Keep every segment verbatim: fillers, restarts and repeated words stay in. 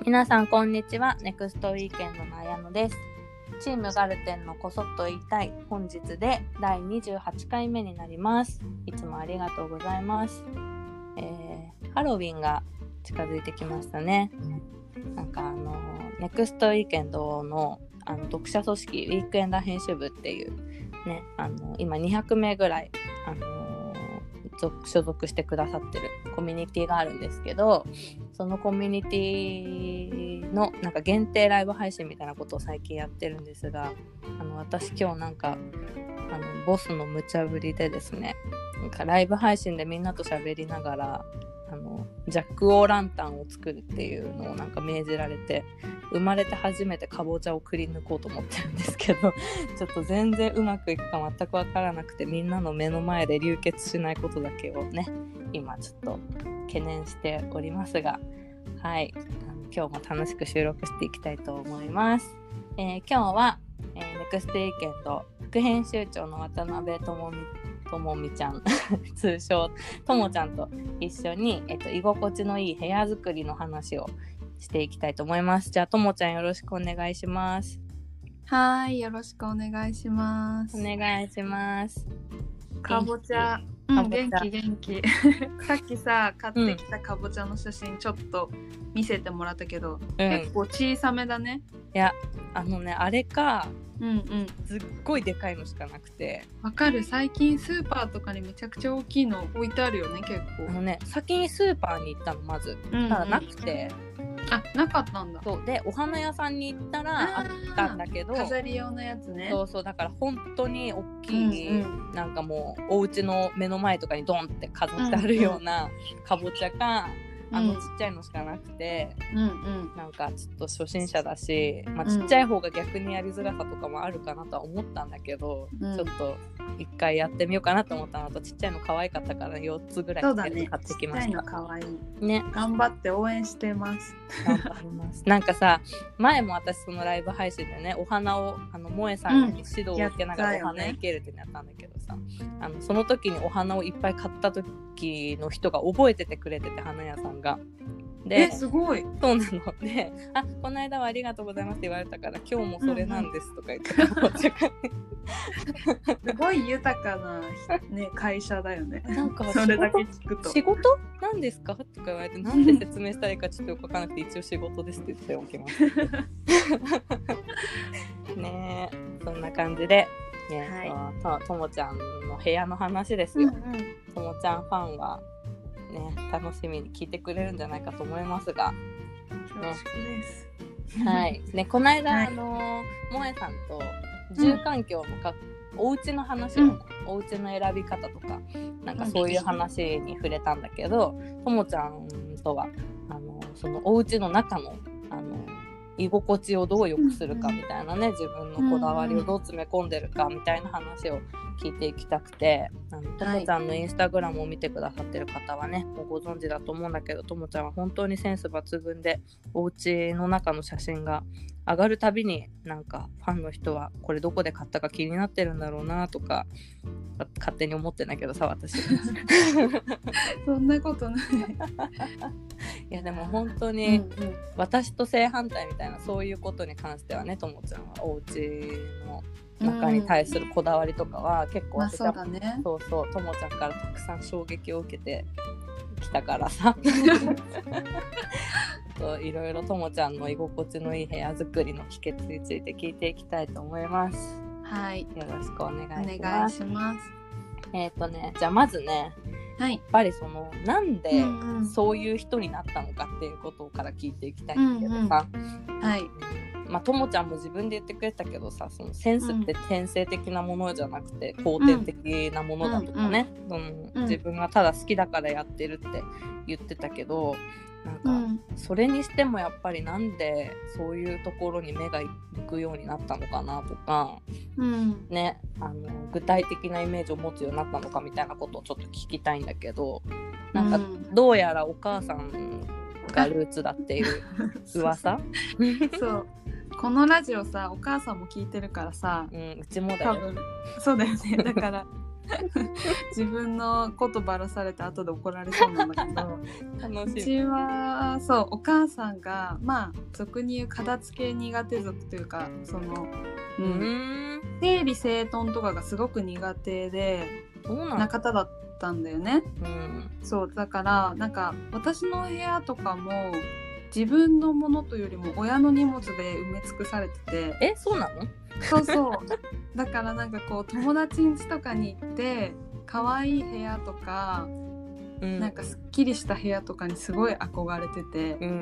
皆さんこんにちは。ネクストウィーケンドの綾野です。チームガルテンのこそっと言いたい、本日でだいにじゅうはちかいめになります。いつもありがとうございます。えー、ハロウィンが近づいてきましたね。なんかあのネクストウィーケンドのあの読者組織ウィークエンダー編集部っていうね、あの今にひゃくめいぐらいあの所属してくださってるコミュニティがあるんですけど、そのコミュニティのなんか限定ライブ配信みたいなことを最近やってるんですが、あの私今日なんかあのボスの無茶ぶりでですね、なんかライブ配信でみんなと喋りながらあのジャック・オー・ランタンを作るっていうのをなんか命じられて、生まれて初めてかぼちゃをくり抜こうと思ってるんですけどちょっと全然うまくいくか全くわからなくて、みんなの目の前で流血しないことだけをね今ちょっと懸念しておりますが、はい、あの今日も楽しく収録していきたいと思います。えー、今日は、えー、ネクストウィーケンド副編集長の渡辺智美ともみちゃん通称ともちゃんと一緒に、えっと、居心地のいい部屋作りの話をしていきたいと思います。じゃあともちゃんよろしくお願いします。 はい、よろしくお願いします。 お願いします。 かぼちゃ、うん、元気元気さっきさ買ってきたかぼちゃの写真ちょっと見せてもらったけど、うん、結構小さめだね。 いやあのねあれかうんうん、 すっごいでかいのしかなくて。 わかる。最近スーパーとかにめちゃくちゃ大きいの置いてあるよね。結構あのね先にスーパーに行ったのまず、うんうん、ただなくて、 あなかったんだ。 そうでお花屋さんに行ったらあったんだけど、 飾り用のやつね。 そうそうだから本当に大きい、うんうん、なんかもうお家の目の前とかにドンって飾ってあるようなかぼちゃか、あのちっちゃいのしかなくて、うんうん、なんかちょっと初心者だし、まあ、ちっちゃい方が逆にやりづらさとかもあるかなとは思ったんだけど、うん、ちょっと一回やってみようかなと思ったのと、ちっちゃいの可愛かったからよっつぐらい買ってきました。 そうだね、ちっちゃいの可愛いね。頑張って応援してます頑張りますなんかさ前も私そのライブ配信でねお花をあの萌えさんに指導を受けながらお花いけるってやったんだけどさ、ね、あのその時にお花をいっぱい買った時の人が覚えててくれてて、花屋さんがで、えすごい。 そうなので、あこの間はありがとうございますって言われたから今日もそれなんですとか言って、うんうん、すごい豊かな、ね、会社だよね。なんかそれだけ聞くと仕事なんですかとか言われて、なんで説明したらいいかちょっとよくわからなくて一応仕事ですって言っておきますねえそんな感じで、ねはい、と, ともちゃんの部屋の話ですよ、うんうん、ともちゃんファンはね、楽しみに聞いてくれるんじゃないかと思いますが、ね、 よろしくです。 はい。ね、この間、はい、あの萌えさんと住環境のか、うん、お家の話を、ね、うん、お家の選び方とか、なんかそういう話に触れたんだけど、ともちゃんとはあのそのお家の中のあの居心地をどう良くするかみたいなね、自分のこだわりをどう詰め込んでるかみたいな話を聞いていきたくて、あのともちゃんのインスタグラムを見てくださってる方はねもうご存知だと思うんだけど、ともちゃんは本当にセンス抜群で、お家の中の写真が上がるたびになんかファンの人はこれどこで買ったか気になってるんだろうなとか勝手に思ってんだけどさ私そんなことないいやでも本当に、うんうん、私と正反対みたいなそういうことに関してはね、ともちゃんはお家の中に対するこだわりとかは結構、 うん、私は、まあ、そうだね、 そうそうともちゃんからたくさん衝撃を受けてきたからさいろいろともちゃんの居心地のいい部屋作りの秘訣について聞いていきたいと思います。 はい、 よろしくお願いします。 お願いします。 えっとねじゃあまずね、はい、やっぱりそのなんでそういう人になったのかっていうことから聞いていきたいんだけどさ、うんうん、はい、まあともちゃんも自分で言ってくれたけどさ、そのセンスって天性的なものじゃなくて後天的なものだとかね、うんうんその自分がただ好きだからやってるって言ってたけど、なんかそれにしてもやっぱりなんでそういうところに目が行くようになったのかなとか、うんね、あの具体的なイメージを持つようになったのかみたいなことをちょっと聞きたいんだけど、なんかどうやらお母さんがルーツだっていう噂そうこのラジオさお母さんも聞いてるからさ、 うん、うちもだよ。 多分そうだよね。だから自分のことばらされて後で怒られそうなんだけど楽しい。 うちはそうお母さんがまあ俗に言う片付け苦手族というかその、うん、うん整理整頓とかがすごく苦手でな方だったんだよね、うん、そうだからなんか私の部屋とかも自分のものというよりも親の荷物で埋め尽くされてて。 え、そうなの？ そうそうだからなんかこう友達ん家とかに行って可愛い部屋とか、うん、なんかすっきりした部屋とかにすごい憧れてて、うんうん、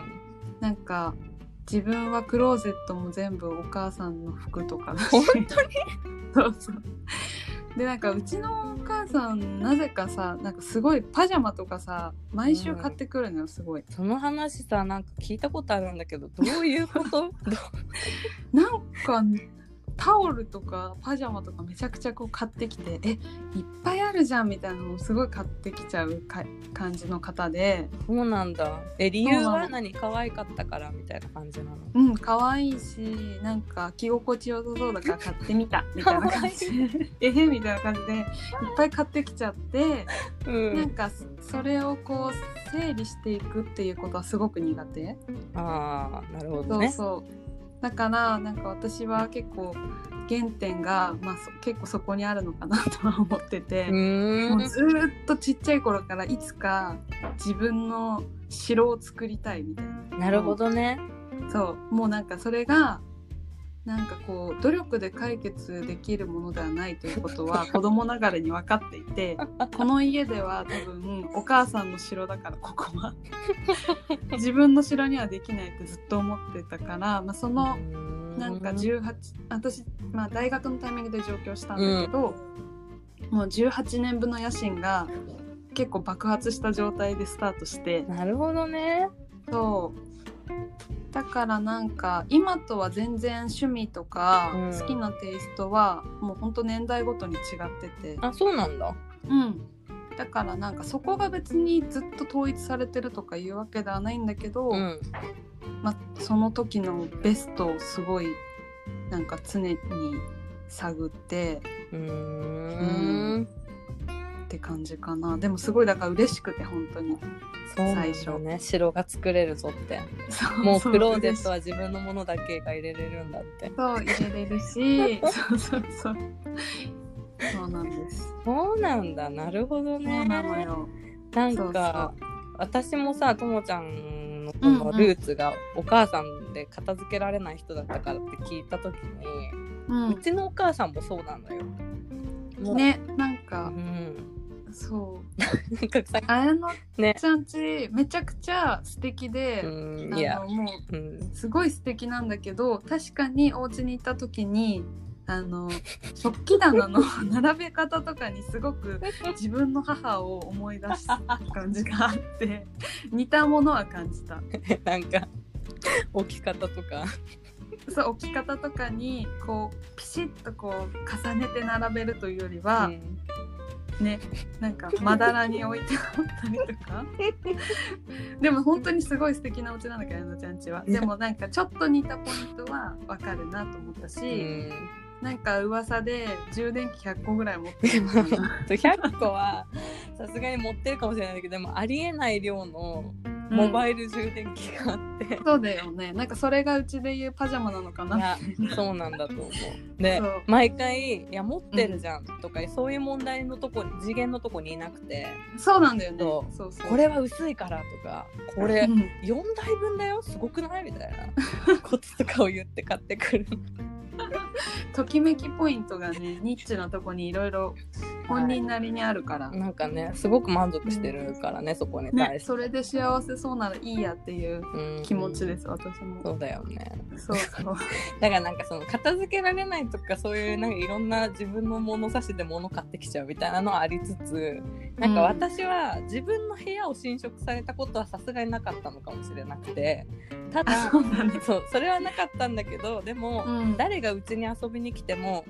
なんか自分はクローゼットも全部お母さんの服とかだし本当にそうそうでなんかうちのお母さんなぜかさなんかすごいパジャマとかさ毎週買ってくるのよ、すごい。 その話さなんか聞いたことあるんだけどどういうことなんかタオルとかパジャマとかめちゃくちゃこう買ってきてえいっぱいあるじゃんみたいなのをすごい買ってきちゃうか感じの方で。 そうなんだ。え理由は何？可愛かったからみたいな感じなの？ うん可愛いしなんか着心地よさそうだから買ってみたみたいな感じでえへみたいな感じでいっぱい買ってきちゃって、うん、なんかそれをこう整理していくっていうことはすごく苦手。 ああなるほどね。 そうそうだからなんか私は結構原点が、まあ、結構そこにあるのかなとは思っててうーんもうずっとちっちゃい頃からいつか自分の城を作りたいみたいな。 なるほどね。 そうもうなんかそれがなんかこう努力で解決できるものではないということは子供ながらに分かっていてこの家では多分お母さんの城だからここは自分の城にはできないってずっと思ってたから、まあ、そのなんかじゅうはち私、まあ、大学のタイミングで上京したんだけど、うん、もうじゅうはちねんぶんの野心が結構爆発した状態でスタートして。 なるほどね。 そうだからなんか今とは全然趣味とか好きなテイストはもうほんと年代ごとに違ってて、 あそうなんだ。 うんだからなんかそこが別にずっと統一されてるとかいうわけではないんだけど、うんま、その時のベストをすごいなんか常に探ってうーん、うんって感じかな。でもすごいだから嬉しくて本当に最初そうね城が作れるぞってもうクローゼットは自分のものだけが入れれるんだってそう入れれるしそうそうそうそうなんです。 そうなんだ。なるほどね。 そうなのよ。 なんかそうそう私もさともちゃんのこのルーツがお母さんで片付けられない人だったからって聞いた時に、うん、うちのお母さんもそうなのよ。 ねなんか、うんそうなんかさあやのちゃんち、ね、めちゃくちゃ素敵で、うん、いやもう、うん、すごい素敵なんだけど確かにお家に行った時にあの食器棚の並べ方とかにすごく自分の母を思い出した感じがあって似たものは感じた。 なんか置き方とかそう置き方とかにこうピシッとこう重ねて並べるというよりは、うんね、なんかまだらに置いてあったりとかでも本当にすごい素敵なお家なんだけどあやのちゃんちは。でもなんかちょっと似たポイントは分かるなと思ったし、うんなんか噂で充電器ひゃっこぐらい持ってるのかなひゃっこはさすがに持ってるかもしれないけどでもありえない量のモバイル充電器があって、 うん、そうだよね。なんかそれがうちでいうパジャマなのかな。いやそうなんだと思う。で毎回いや持ってるじゃんとか、うん、そういう問題のとこに次元のとこにいなくてそうなんだよね。そうそうそうこれは薄いからとかこれよんだいぶんだよすごくないみたいなコツとかを言って買ってくるときめきポイントがねニッチなとこにいろいろ本人なりにあるから、 はい、なんかねすごく満足してるからね、うん、そこに対して、 ね、それで幸せそうならいいやっていう気持ちです、うん、私も。 そうだよね。 そうそうだからなんかその片付けられないとかそういうなんかいろんな自分の物差しで物買ってきちゃうみたいなのはありつつなんか私は自分の部屋を侵食されたことはさすがになかったのかもしれなくてただそう、それはなかったんだけどでも、うん、誰がうちに遊びに来ても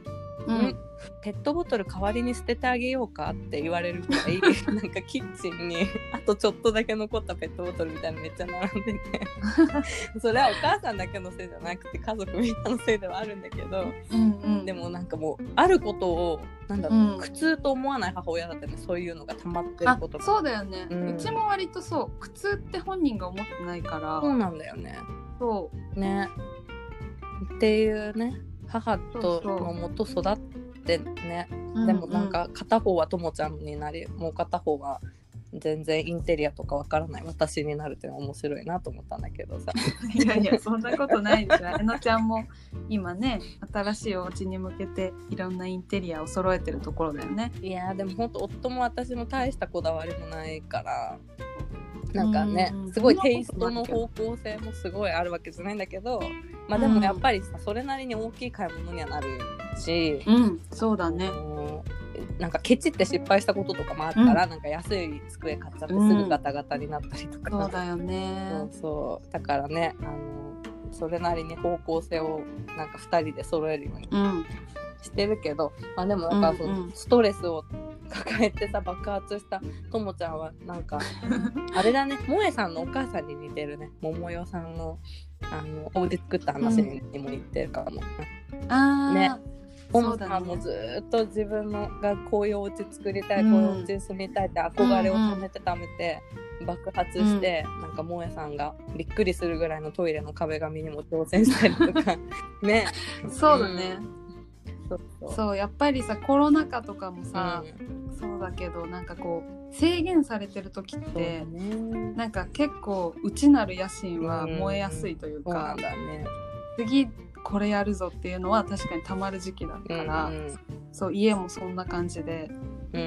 うん、ペットボトル代わりに捨ててあげようかって言われるくらいなんかキッチンにあとちょっとだけ残ったペットボトルみたいなのめっちゃ並んでてそれはお母さんだけのせいじゃなくて家族みんなのせいではあるんだけど、うんうん、でもなんかもうあることをなんだろう、うん、苦痛と思わない母親だったね。そういうのが溜まってることが。 そうだよね、うん、うちも割とそう苦痛って本人が思ってないから。 そうなんだよね。 そうねっていうね、母とのもと育ってね。そうそう、でもなんか片方はともちゃんになり、もう片方は全然インテリアとかわからない私になるっていうのは面白いなと思ったんだけどさいやいやそんなことないですよ。えのちゃんも今ね新しいお家に向けていろんなインテリアを揃えてるところだよね。 いやでもほんと夫も私も大したこだわりもないからなんかね、すごいテイストの方向性もすごいあるわけじゃないんだけど、まあでもやっぱりさ、それなりに大きい買い物にはなるし、 うん、そうだね。 なんかケチって失敗したこととかもあったら、うん、なんか安い机買っちゃってすぐガタガタになったりとか、 うん、そうだよね。 そうそうだからね、あのそれなりに方向性をなんかふたりで揃えるようにしてるけど、うん、まあでもなんかその、うんうん、ストレスを抱えてさ爆発したともちゃんはなんかあれだね、萌えさんのお母さんに似てるね。桃代さんのあのお家作った話にも似てるかも、 うん、あね。ともさんもずっと自分のがこういうお家作りたい、うん、こういうお家に住みたいって憧れを貯めて貯めて、うん、爆発して、うん、なんか萌えさんがびっくりするぐらいのトイレの壁紙にも挑戦したりとかね。 そうだね、うん、そうそう、そうやっぱりさコロナ禍とかもさ、うん、そうだけどなんかこう制限されてる時って、ね、なんか結構内なる野心は燃えやすいというか、うん、そうなんだね、次これやるぞっていうのは確かにたまる時期だから、うんうん、そう家もそんな感じで、うんうん、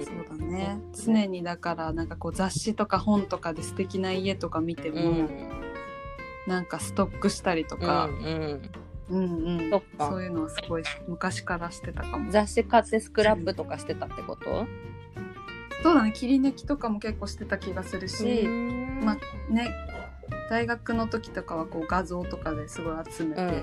そうだね、うん、常にだからなんかこう雑誌とか本とかで素敵な家とか見ても、うん、なんかストックしたりとか、うんうんうんうん、そ, そういうのはすごい昔からしてたかも。 雑誌買ってスクラップとかしてたってこと？うん、 そうだね、切り抜きとかも結構してた気がするし、まあね、大学の時とかはこう画像とかですごい集めて、うんうん、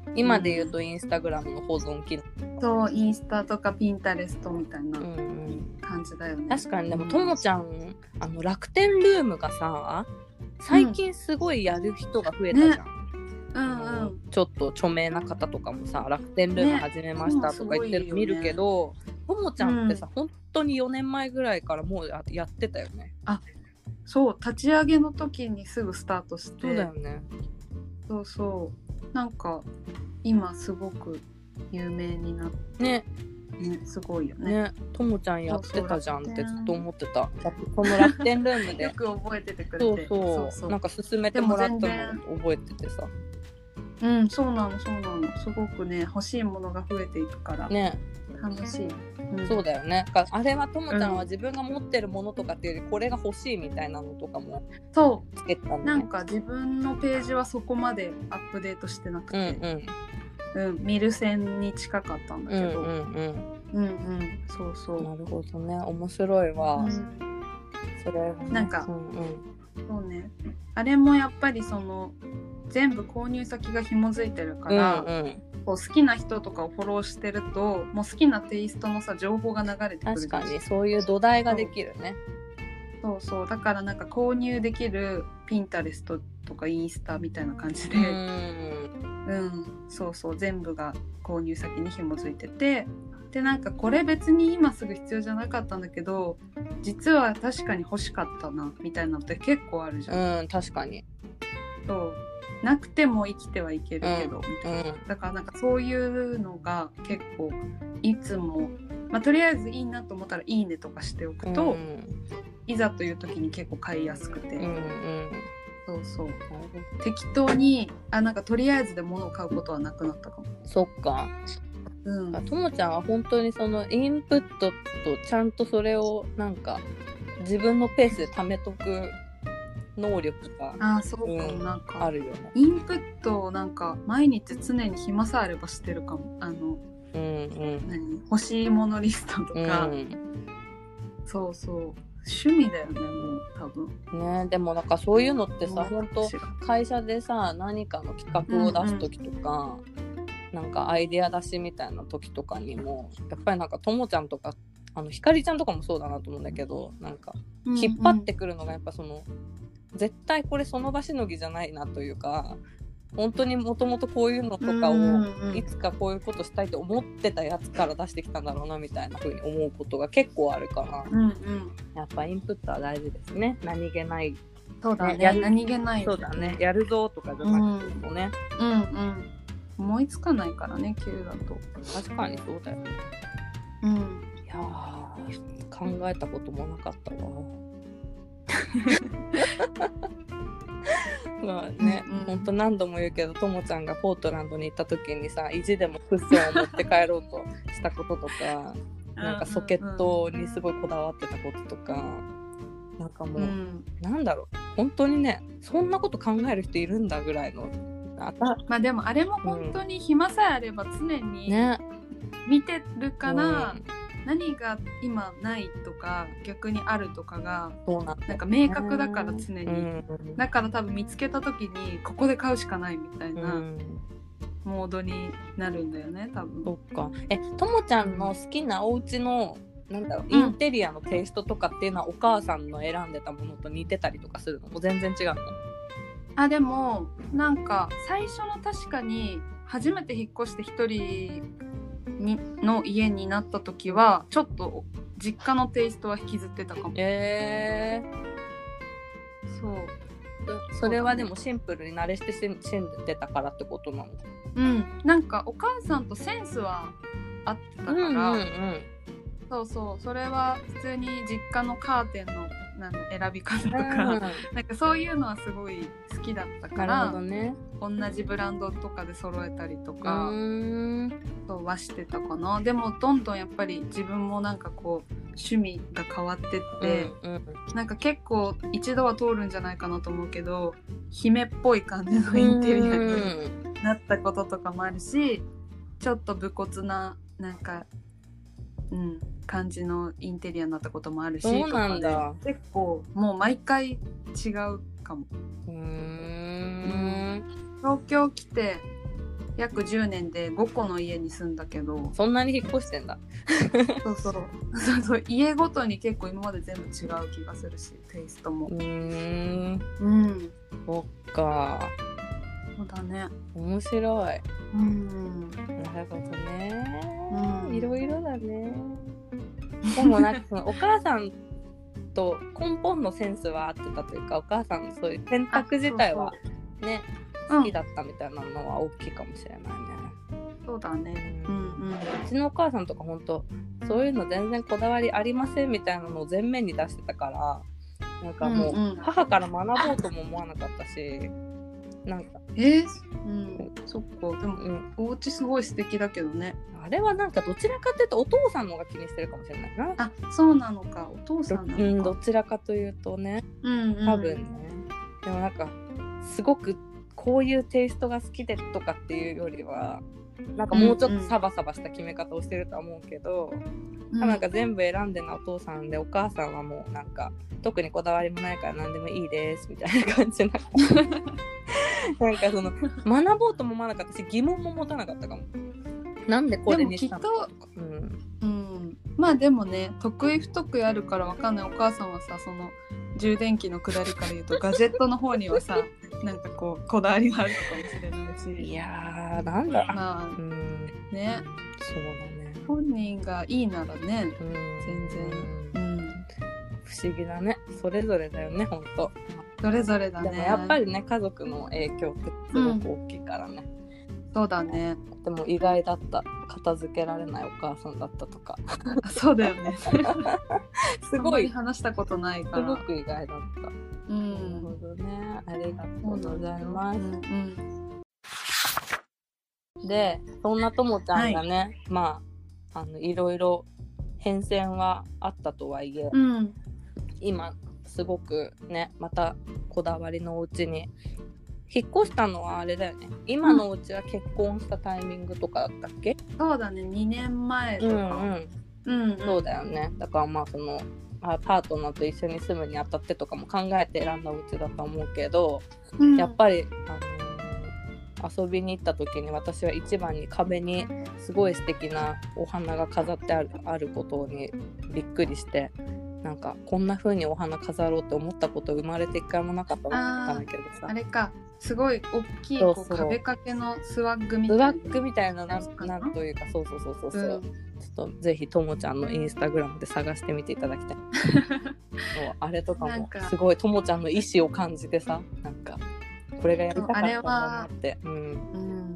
今で言うとインスタグラムの保存機能、 そうインスタとかピンタレストみたいな感じだよね、うんうん、 確かに。でもともちゃんあの楽天ルームがさ最近すごいやる人が増えたじゃん、ね、うんうん、ちょっと著名な方とかもさ楽天ルーム始めましたとか言ってるの見るけど、ともちゃんってさ、うん、本当によねんまえぐらいからもう や, やってたよね。 あ、そう立ち上げの時にすぐスタートして、 そうだよね。 そうそうなんか今すごく有名になってね、 ねすごいよね。 ね、ともちゃんやってたじゃんってずっと思ってた。だってこの楽天ルームでよく覚えててくれて、 そうそう、そうそうなんか勧めてもらったの覚えててさ。 うん、そうなのそうなの、すごくね欲しいものが増えていくからね楽しい、 うん、そうだよね。あれはともちゃんは自分が持ってるものとかっていうよりこれが欲しいみたいなのとかもつけたの、ね、 なんか自分のページはそこまでアップデートしてなくて、うんうんうん、見る線に近かったんだけど、うんうんうん、うんうん、そうそう、 なるほどね、面白いわ、うん、それ、ね、 なんか、うんうん、そうね、あれもやっぱりその全部購入先が紐づいてるから、うんうん、こう好きな人とかをフォローしてるともう好きなテイストのさ情報が流れてくる。 確かにそういう土台ができるね。 そうそうだからなんか購入できるピンタレストとかインスタみたいな感じで、うん、うん、そうそう全部が購入先に紐づいてて、でなんかこれ別に今すぐ必要じゃなかったんだけど実は確かに欲しかったなみたいなのって結構あるじゃん。 うん、確かに。 そうなくても生きてはいけるけど、うん、みたいな、うん、だからなんかそういうのが結構いつも、まあ、とりあえずいいなと思ったらいいねとかしておくと、うん、いざという時に結構買いやすくて、うんうん、そうそう適当にあなんかとりあえずで物を買うことはなくなったかも。 そっか、うん、ともちゃんは本当にそのインプットとちゃんとそれをなんか自分のペースで貯めとく能力があそうか、うん、なんかあるよね。 インプットをなんか毎日常に暇さえあればしてるかも。あの、うんうん、何欲しいものリストとか、うん、そうそう趣味だよねもう多分ね。でもなんかそういうのってさ本当会社でさ何かの企画を出す時とか、うんうん、 なんかアイデア出しみたいな時とかにもやっぱりなんかともちゃんとかあのひかりちゃんとかもそうだなと思うんだけど、なんか引っ張ってくるのがやっぱその、うんうん、絶対これその場しのぎじゃないなというか、本当にもともとこういうのとかをいつかこういうことしたいと思ってたやつから出してきたんだろうなみたいな風に思うことが結構あるから、うんうん、やっぱインプットは大事ですね。何気ない、 そうだね、や何気ない、 そうだね、やるぞとかじゃなくてもね、 うん、うんうん、思いつかないからね、急だと。 確かにそうだよね。 うん、いや考えたこともなかったわ。まあね、うんうん、ほんと何度も言うけど、ともちゃんがポートランドに行った時にさ、意地でもクッションを持って帰ろうとしたこととかなんかソケットにすごいこだわってたこととか、なんかもう、うん、なんだろう、本当にね、そんなこと考える人いるんだぐらいの。 あまあでもあれも本当に暇さえあれば常に見てるから、うん、何が今ないとか逆にあるとかがなんか明確だから常に、うん、だから多分見つけた時にここで買うしかないみたいな、うん、モードになるんだよね多分。 そっか。え、ともちゃんの好きなお家のなんだろう、インテリアのテイストとかっていうのはお母さんの選んでたものと似てたりとかするのも全然違うの？ あ、でもなんか最初の確かに初めて引っ越して一人にの家になった時はちょっと実家のテイストは引きずってたかも。 えー、そう。 それはでもシンプルに慣れして死んでたからってことなの？ うん、なんかお母さんとセンスは合ってたから、うんうんうん、そうそう、それは普通に実家のカーテンのなんだ選び方とか、うん、なんかそういうのはすごい好きだったから、 なるほどね、 同じブランドとかで揃えたりとかそうはしてたかな。でもどんどんやっぱり自分もなんかこう趣味が変わってって、うんうん、なんか結構一度は通るんじゃないかなと思うけど姫っぽい感じのインテリアになったこととかもあるし、ちょっと武骨ななんかうん、感じのインテリアになったこともあるし、 そうなんだ。 結構もう毎回違うかも。 うーん、うん、 東京来て約じゅうねんでごこの家に住んだけど、 そんなに引っ越してんだ。 そうそうそうそう、家ごとに結構今まで全部違う気がするし、テイストも。うーん、 うん、 そっか。 そうだね。 面白い。 うん、 なるほどね。 うん、 いろいろだね。でもなんかそのお母さんと根本のセンスは合ってたというか、お母さんのそういう選択自体はね、好きだったみたいなのは大きいかもしれないね。 そうだね。うんうん。 うちのお母さんとか本当そういうの全然こだわりありませんみたいなのを前面に出してたから、なんかもう母から学ぼうとも思わなかったし。なんかえー、うん、そっか。でも、うん、お家すごい素敵だけどね。 あれはなんかどちらかというとお父さんの方が気にしてるかもしれないな。 あ、そうなのか。お父さんなのか。 うん、どちらかというとね、 うんうん、 多分ね。でもなんかすごくこういうテイストが好きでとかっていうよりは、なんかもうちょっとサバサバした決め方をしてるとは思うけど、うん、なんか全部選んでるのはお父さんで、お母さんはもうなんか特にこだわりもないから何でもいいですみたいな感じななんかその学ぼうとも思わなかったし、疑問も持たなかったかも。なんでこれにしたのとか。 うん、うん、まあでもね、得意不得意あるからわかんない。お母さんはさ、その充電器の下りから言うとガジェットの方にはさなんかこうこだわりがあるのかもしれないし、 いやーなんだ、 まあ、うん、ね、 そうだね、 本人がいいならね、うん、全然、うん、 不思議だね。それぞれだよね、ほんと。 それぞれだね。 でもやっぱりね、家族の影響ってすごく大きいからね、 うん、そうだね。 でも意外だった、片付けられないお母さんだったとかそうだよねすごい話したことないからすごく意外だった、 うん、 なるほどね、ありがとうございます、うんうん、で、そんなともちゃんがね、はい、まあ、あのいろいろ変遷はあったとはいえ、 うん、 今すごくね、またこだわりのお家に引っ越したのはあれだよね。今のお家は結婚したタイミングとかだったっけ？ そうだね、にねんまえとか、うんうんうんうん、そうだよね。だからまあそのパートナーと一緒に住むにあたってとかも考えて選んだお家だと思うけど、うん、やっぱり、あのー、 遊びに行った時に私は一番に壁にすごい素敵なお花が飾ってある、あることにびっくりして、なんかこんな風にお花飾ろうって思ったこと生まれて一回もなかったんだけどさ、 あれか、すごい大きいそうそうこう壁掛けのスワッグみスたいなワッグみたいな、なんなんというか、そうそうそうそうそう、うん、ちょっとぜひともちゃんのインスタグラムで探してみていただきたいもうあれとかもすごいともちゃんの意志を感じてさ、なんかこれがやりたかったんだなって、うんうん、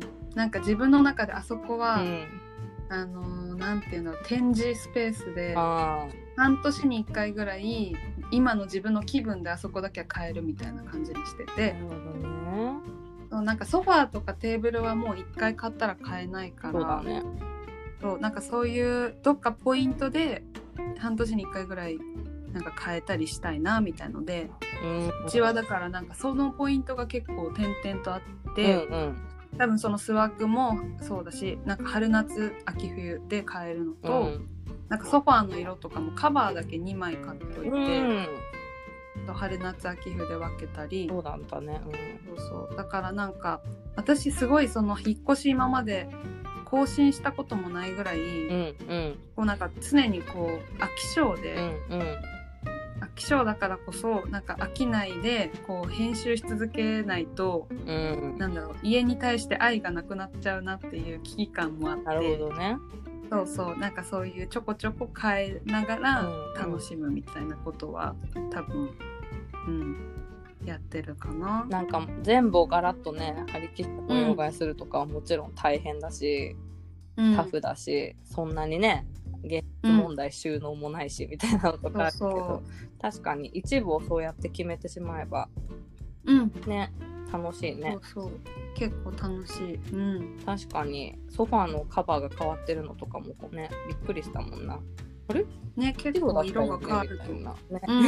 なんか自分の中であそこは、 うん、 あのー、なんていうの、展示スペースで半年にいっかいぐらい今の自分の気分であそこだけは変えるみたいな感じにしてて、 なるほどね、 そうなんかソファーとかテーブルはもういっかい買ったら買えないから、 そうだね、 そうなんかそういうどっかポイントで半年にいっかいぐらいなんか変えたりしたいなみたいので、うん、うちはだからなんかそのポイントが結構点々とあって、うんうん、多分そのスワッグもそうだし、なんか春夏秋冬で変えるのと、うん、なんかソファーの色とかもカバーだけにまい買っといて、うん、春夏秋冬で分けたり、 そうなんだね、 うん、そうそう、だからなんか私すごいその引っ越し今まで更新したこともないぐらい、うんうん、こうなんか常にこう飽き性で、うんうん、飽き性だからこそなんか飽きないでこう編集し続けないと、うん、なんだろう、家に対して愛がなくなっちゃうなっていう危機感もあって、 なるほどね、 そうそう、なんかそういうちょこちょこ変えながら楽しむみたいなことは、うん、多分、うん、やってるかな。 なんか全部をガラッとね張り切って模様替えするとかはもちろん大変だし、うん、タフだし、そんなにね現実問題収納もないし、うん、みたいなのとかあるけど、そうそう、確かに一部をそうやって決めてしまえば、うん、ね、楽しいね。 そうそう、結構楽しい、うん、 確かにソファーのカバーが変わってるのとかもねびっくりしたもんな。あれね、結構色が変わるとな、ね、うんうん、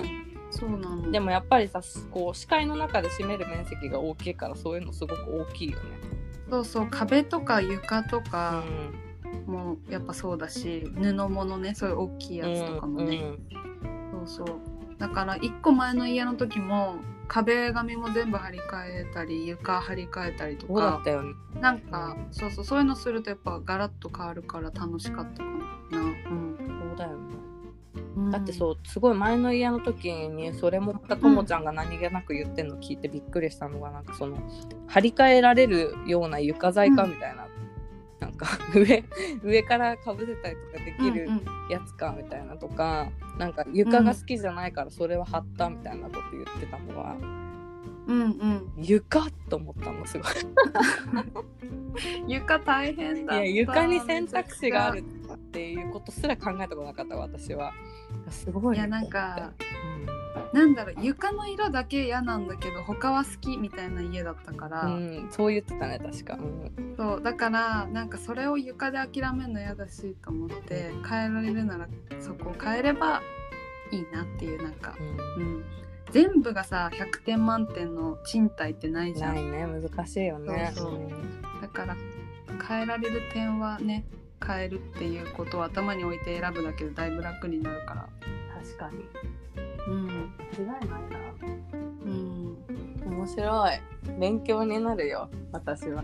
そうなの。 でもやっぱりさ、こう視界の中で占める面積が大きいからそういうのすごく大きいよね。 そうそう、壁とか床とかもやっぱそうだし、布物ね、そういう大きいやつとかもね、うんうん、そうそう、だからいっこまえの家の時も壁紙も全部張り替えたり床張り替えたりとか、 そうだったよね、 なんかそうそう、そういうのするとやっぱガラッと変わるから楽しかったかな、うん、 そうだよね、うん、だってそうすごい前の家の時にそれもまたともちゃんが何気なく言ってんの聞いてびっくりしたのが、なんかその張り替えられるような床材かみたいな、うん、なんか上上からかぶせたりとかできるやつかみたいなとか、うんうん、なんか床が好きじゃないからそれは貼ったみたいなこと言ってたのが、うんうん、床と思ったのすごい床大変だった。 いや、床に選択肢があるっていうことすら考えたことなかった私は。すごい、 いやなんか、うん、なんだろう、床の色だけ嫌なんだけど他は好きみたいな家だったから、 うん、そう言ってたね確か、うん、 そうだからなんかそれを床で諦めるの嫌だしと思って、変えられるならそこを変えればいいなっていう、なんか、うんうん、全部がさひゃくてん満点の賃貸ってないじゃん。 ないね、難しいよね。 そうそう、うん、だから変えられる点はね変えるっていうことを頭に置いて選ぶだけでだいぶ楽になるから。 確かに、 うん、 違いないな、うん、面白い、勉強になるよ私は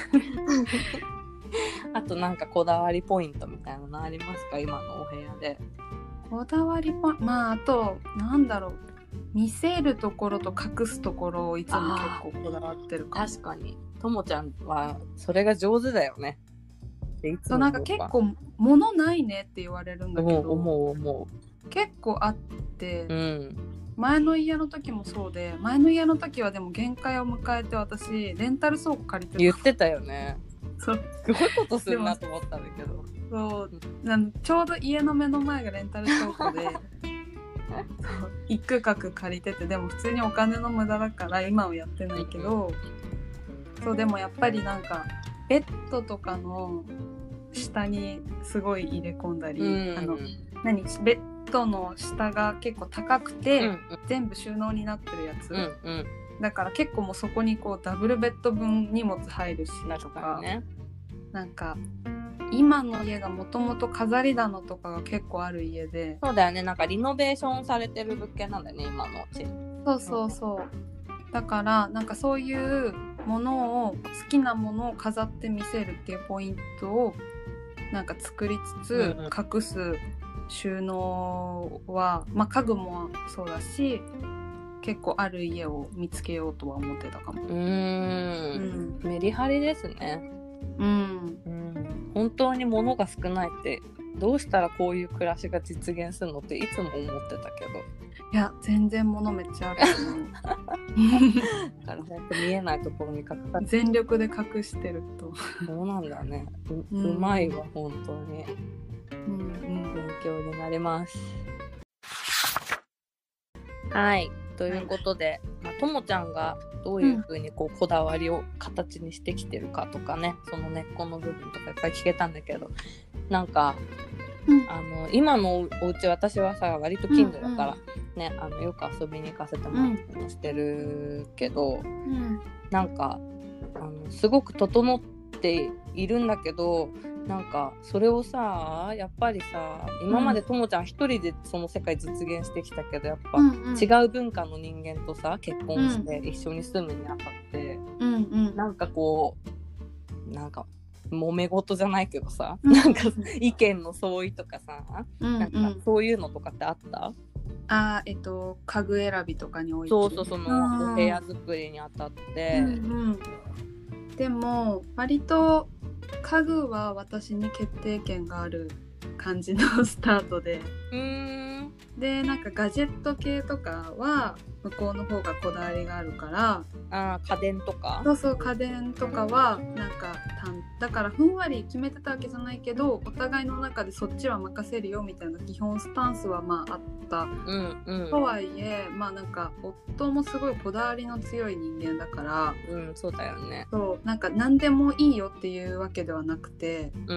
あとなんかこだわりポイントみたいなのありますか、今のお部屋で。 こだわりポイント、まああとなんだろう、見せるところと隠すところをいつも結構こだわってるかも。 確かにともちゃんはそれが上手だよね。 いつもそう、なんか結構物ないねって言われるんだけど、 思う思う結構あって、 うん、 前の家の時もそうで、前の家の時はでも限界を迎えて私レンタル倉庫借りてた。 言ってたよね。 そうすごいことするなと思ったんだけど、 そうなんちょうど家の目の前がレンタル倉庫で一区画借りてて、でも普通にお金の無駄だから今はやってないけど、そうでもやっぱりなんかベッドとかの下にすごい入れ込んだり、うん、あの何ベッドの下が結構高くて、うんうん、全部収納になってるやつ、うんうん、だから結構もうそこにこうダブルベッド分荷物入るしとか、ね、なんか今の家がもともと飾り棚とかが結構ある家で。 そうだよね、なんかリノベーションされてる物件なんだよね今のうち。 そうそうそう、だからなんかそういうものを好きなものを飾って見せるっていうポイントをなんか作りつつ、 うんうん隠す収納は、まあ、家具もそうだし結構ある家を見つけようとは思ってたかも。 うーん、メリハリですね。 うん、 うん、本当に物が少ないってどうしたらこういう暮らしが実現するのっていつも思ってたけど、 いや全然物めっちゃあると思うだから本当見えないところに隠されて全力で隠してるとそうなんだね。 う, うん、 うまいわ本当に。 うんうん、 勉強になります。はいということで、まあ、ともちゃんがどういう風にこうこだわりを形にしてきてるかとかね、その根っこの部分とかいっぱい聞けたんだけど、なんか、うん、あの今のお家私はさ割と近所だから、ね、うんうん、あのよく遊びに行かせてもらったりもしてるけど、うん、なんかあのすごく整っているんだけど、なんかそれをさやっぱりさ今までともちゃん一人でその世界実現してきたけど、やっぱ違う文化の人間とさ結婚して一緒に住むにあたって、うんうん、なんかこうなんか揉め事じゃないけどさ、うん、なんか意見の相違とかさ、うんうん、なんかそういうのとかってあった？ あえっと家具選びとかにおいて、 そうそう、そのお部屋作りにあたって、うんうん、 でも割と家具は私に決定権がある感じのスタートで、うーんでなんかガジェット系とかは向こうの方がこだわりがあるから、 あ家電とかそうそう家電とかはなんかだからふんわり決めてたわけじゃないけどお互いの中でそっちは任せるよみたいな基本スタンスはまああった、うんうん、とはいえまあなんか夫もすごいこだわりの強い人間だから、 うん、そうだよね。 そうなんか何でもいいよっていうわけではなくて、うんうん、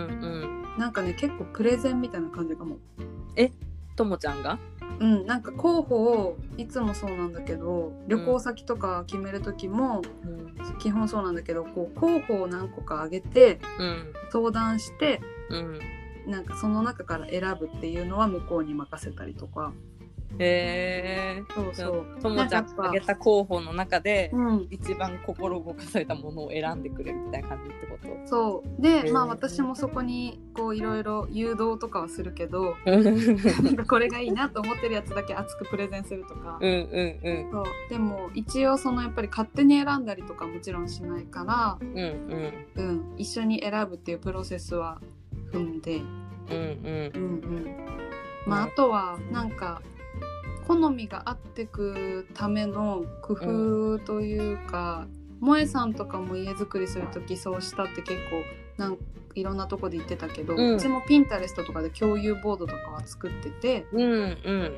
なんかね結構プレゼンみたいな感じかも。 えともちゃんがうん、なんか候補をいつもそうなんだけど旅行先とか決める時も、うん、基本そうなんだけどこう候補を何個かあげて、うん、相談して、うん、なんかその中から選ぶっていうのは向こうに任せたりとか。 へえー、そうそうともちゃんがあげた候補の中で、うん、一番心動かされたものを選んでくれるみたいな感じってこと？ そうで、まあ私もそこにこういろいろ誘導とかはするけどこれがいいなと思ってるやつだけ熱くプレゼンするとか、うんうんうん、そうでも一応そのやっぱり勝手に選んだりとかもちろんしないから、うんうんうん、一緒に選ぶっていうプロセスは踏んで、うんうんうんうん、まああとはなんか好みが合ってくための工夫というか、うん、萌えさんとかも家づくりするときそうしたって結構なんいろんなとこで言ってたけど、うん、うちもピンタレストとかで共有ボードとかは作ってて、うんうん、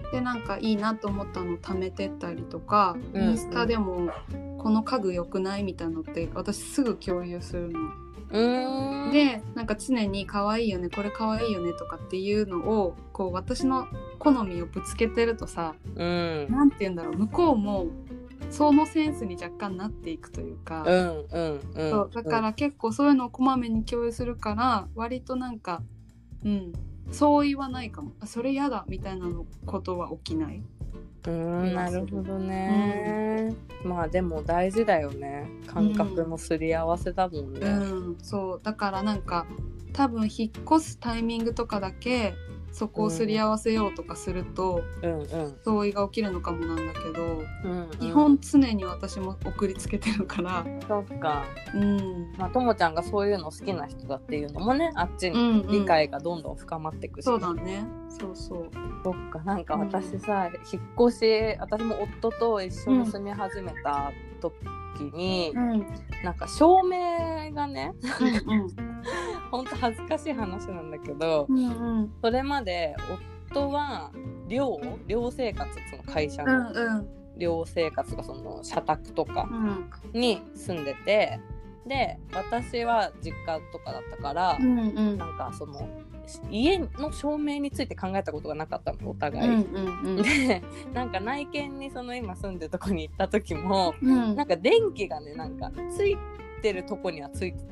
でなんかいいなと思ったのを貯めてったりとか、うんうん、インスタでもこの家具良くないみたいなのって私すぐ共有するの。うーんでなんか常に可愛いよねこれ可愛いよねとかっていうのをこう私の好みをぶつけてるとさ、うん、なんて言うんだろう向こうもそのセンスに若干なっていくというか、うんうんうん、そうだから結構そういうのをこまめに共有するから割となんか、うん、そう言わないかもそれやだみたいなのことは起きない。 うーんなるほどね、うん、まあでも大事だよね感覚のすり合わせだもんね、うんうん、そうだからなんか多分引っ越すタイミングとかだけそこをすり合わせようとかすると、うんうん、相違が起きるのかもなんだけど、うんうん、基本常に私も送りつけてるからそっか、うんまあ、ともちゃんがそういうの好きな人だっていうのもねあっちに理解がどんどん深まっていくし、 うんうん、そうだねそうそうそっかなんか私さ、うん、引っ越し私も夫と一緒に住み始めた時に、うん、なんか照明がねほんと恥ずかしい話なんだけど、うんうん、それまで夫は寮寮生活その会社の寮生活とかその社宅とかに住んでて、うん、で私は実家とかだったから、うんうん、なんかその家の照明について考えたことがなかったのお互い、うんうんうん、でなんか内見にその今住んでるとこに行った時も、うん、なんか電気がねなんかついてるとこにはついてたの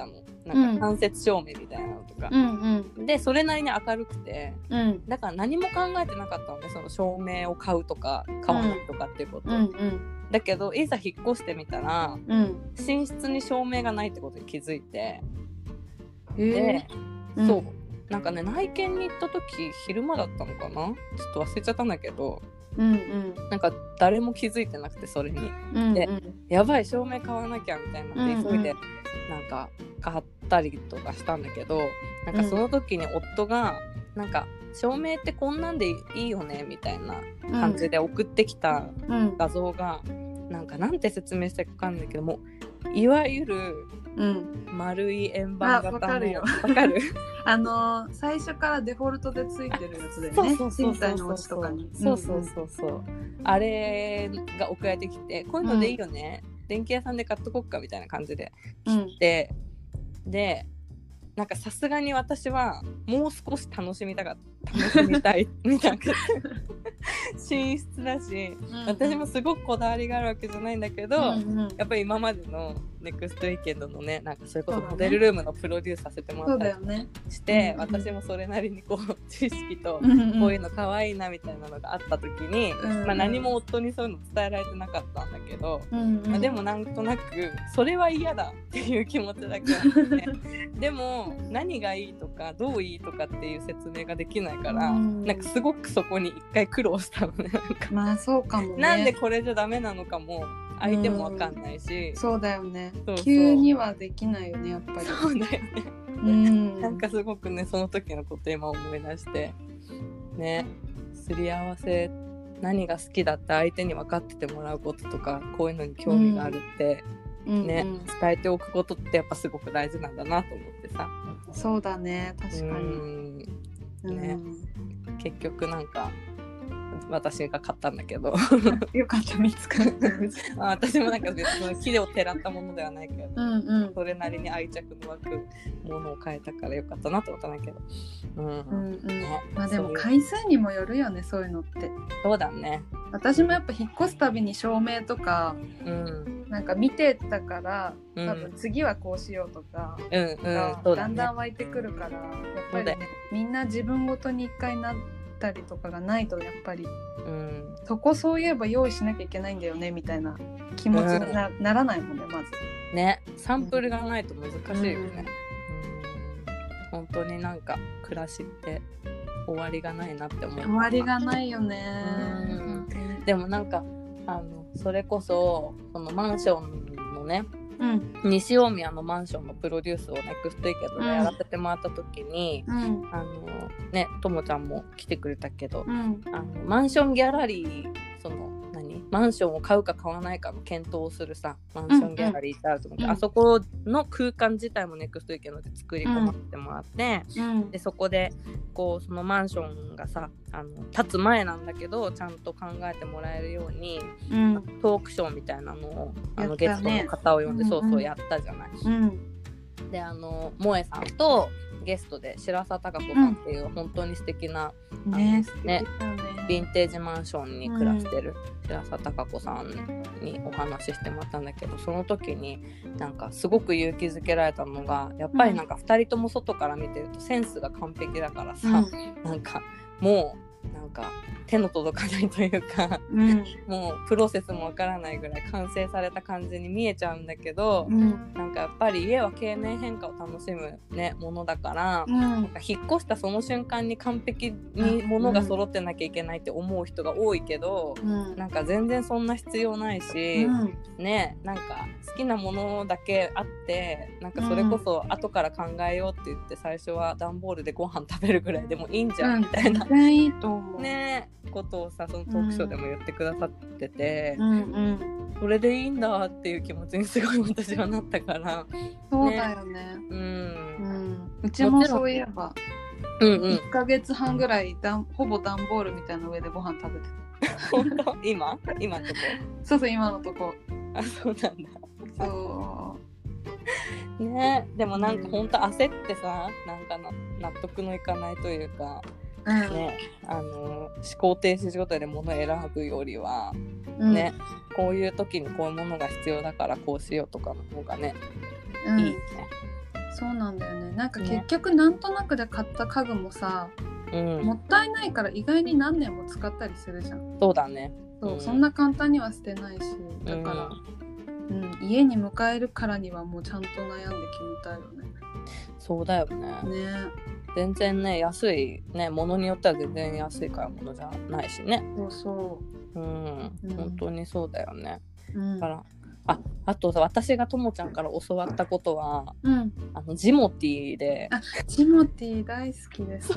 なんか間接照明みたいなのとか、 うんうん、 でそれなりに明るくて、 うん、 だから何も考えてなかったのね、その照明を買うとか買わないとかっていうこと、 うんうん、 だけどいざ引っ越してみたら、 うん、寝室に照明がないってことに気づいて、 で、 うん、そうなんかね内見に行った時昼間だったのかな、ちょっと忘れちゃったんだけど、うんうん、なんか誰も気づいてなくてそれに、うんうん、でやばい照明買わなきゃみたいになって急いでなんか買ったりとかしたんだけど、なんかその時に夫がなんか照明ってこんなんでいいよねみたいな感じで送ってきた画像が、うん、なんかなんて説明していくかんないけども、いわゆる丸い円盤型の、 わかるよ。 わかるあのー、最初からデフォルトでついてるやつだよね。賃貸のお家とかに。 そうそうそうそう。あれが送られてきて、こういうのでいいよね、うん、電気屋さんで買っとこっかみたいな感じで切って、うん、でなんかさすがに私はもう少し楽しみたかった楽しみたいみたいな寝室だし、うんうん、私もすごくこだわりがあるわけじゃないんだけど、うんうん、やっぱり今までのネクストウィーケンドのね、なんかそれこそモデルルームのプロデュースさせてもらったりして、ね、私もそれなりにこう知識とこういうの可愛いなみたいなのがあった時に、うんうん、まあ、何も夫にそういうの伝えられてなかったんだけど、うんうん、まあ、でもなんとなくそれは嫌だっていう気持ちだけあってでも何がいいとかどういいとかっていう説明ができないから、うん、なんかすごくそこに一回苦労したのね。なんかまあそうかもね。 なんでこれじゃダメなのかも相手もわかんないし、 うん、そうだよね。そうそう急にはできないよねやっぱり。 そうだよね、うん、なんかすごくねその時のこと今思い出してね、すり合わせ何が好きだって相手に分かっててもらうこととかこういうのに興味があるって、うんね、うんうん、伝えておくことってやっぱすごく大事なんだなと思ってさ。 そうだね確かに、 うんね、うん、結局なんか私が買ったんだけどよかった見つかった私もなんか別に木をてらったものではないけど、うんうん、それなりに愛着の湧くものを買えたからよかったなと思ったんだけど、うんうんうんね、まあでも回数にもよるよねそういうのって。 そうだね。 私もやっぱ引っ越すたびに照明とか、うん、なんか見てたから多分次はこうしようとか、うんうんうん、だんだん湧いてくるから、やっぱりねみんな自分ごとに一回なったりとかがないとやっぱり、うん、そこそういえば用意しなきゃいけないんだよねみたいな気持ちに な,、うん、ならないもんねまずね。サンプルがないと難しいよね、うんうん、本当になんか暮らしって終わりがないなって思う。 終わりがないよね、 うん、でもなんかあのそれこそそのマンションのね、うん、西大宮のマンションのプロデュースをネクストイケドでやらせてもらった時に、うん、あのねともちゃんも来てくれたけど、うん、あのマンションギャラリーその何マンションを買うか買わないかの検討をするさマンションギャラリーってあると思うけど、うんうん、あそこの空間自体もネクストイケドで作り込ませてもらって、うん、でそこでこうそのマンションがさあの建つ前なんだけどちゃんと考えてもらえるように、うん、トークショーみたいなのをあの、ね、ゲストの方を呼んで、うんうん、そうそうやったじゃない、うん、であの萌さんとゲストで白澤貴子さんっていう本当に素敵な、うん、ねねヴィンテージマンションに暮らしてる白澤貴子さんにお話ししてもらったんだけど、その時になんかすごく勇気づけられたのがやっぱりなんかふたりとも外から見てるとセンスが完璧だからさ、うん、なんかもうなんか手の届かないというか、うん、もうプロセスもわからないぐらい完成された感じに見えちゃうんだけど、うん、なんかやっぱり家は経年変化を楽しむ、ね、ものだから、うん、なんか引っ越したその瞬間に完璧に物が揃ってなきゃいけないって思う人が多いけど、うん、なんか全然そんな必要ないし、うん、ね、なんか好きなものだけあってなんかそれこそ後から考えようって言って最初は段ボールでご飯食べるぐらいでもいいんじゃんみたいな、 全然いいと思うねことをさそのトークショーでも言ってくださってて、うんうん、それでいいんだっていう気持ちにすごい私はなったから、 そうだよね、ね、うん、うん、うちもそういえば、 うんうん、 いっかげつはんぐらいだんほぼ段ボールみたいな上でご飯食べてた本当今今のとこそうそう今のとこあそうなんだそうね。でもなんかほんと焦ってさなんかな納得のいかないというかうんね、あの思考停止状態で物を選ぶよりは、うんね、こういう時にこういうものが必要だからこうしようとかの方がね、うん、いいね。 そうなんだよね。なんか結局なんとなくで買った家具もさ、 うん、 もったいないから意外に何年も使ったりするじゃん。 そうだね。 そう、 うん、 そんな簡単には捨てないし、だから、うんうん、家に迎えるからにはもうちゃんと悩んで決めたいよね。 そうだよね。 ね、 全然ね、安いね、ものによっては全然安い買い物じゃないしね。 そうそう、 うん、うん、本当にそうだよね。 うん、 だからああとさ、私がともちゃんから教わったことは、 うん、 あのジモティーで。 あ、ジモティー大好きです。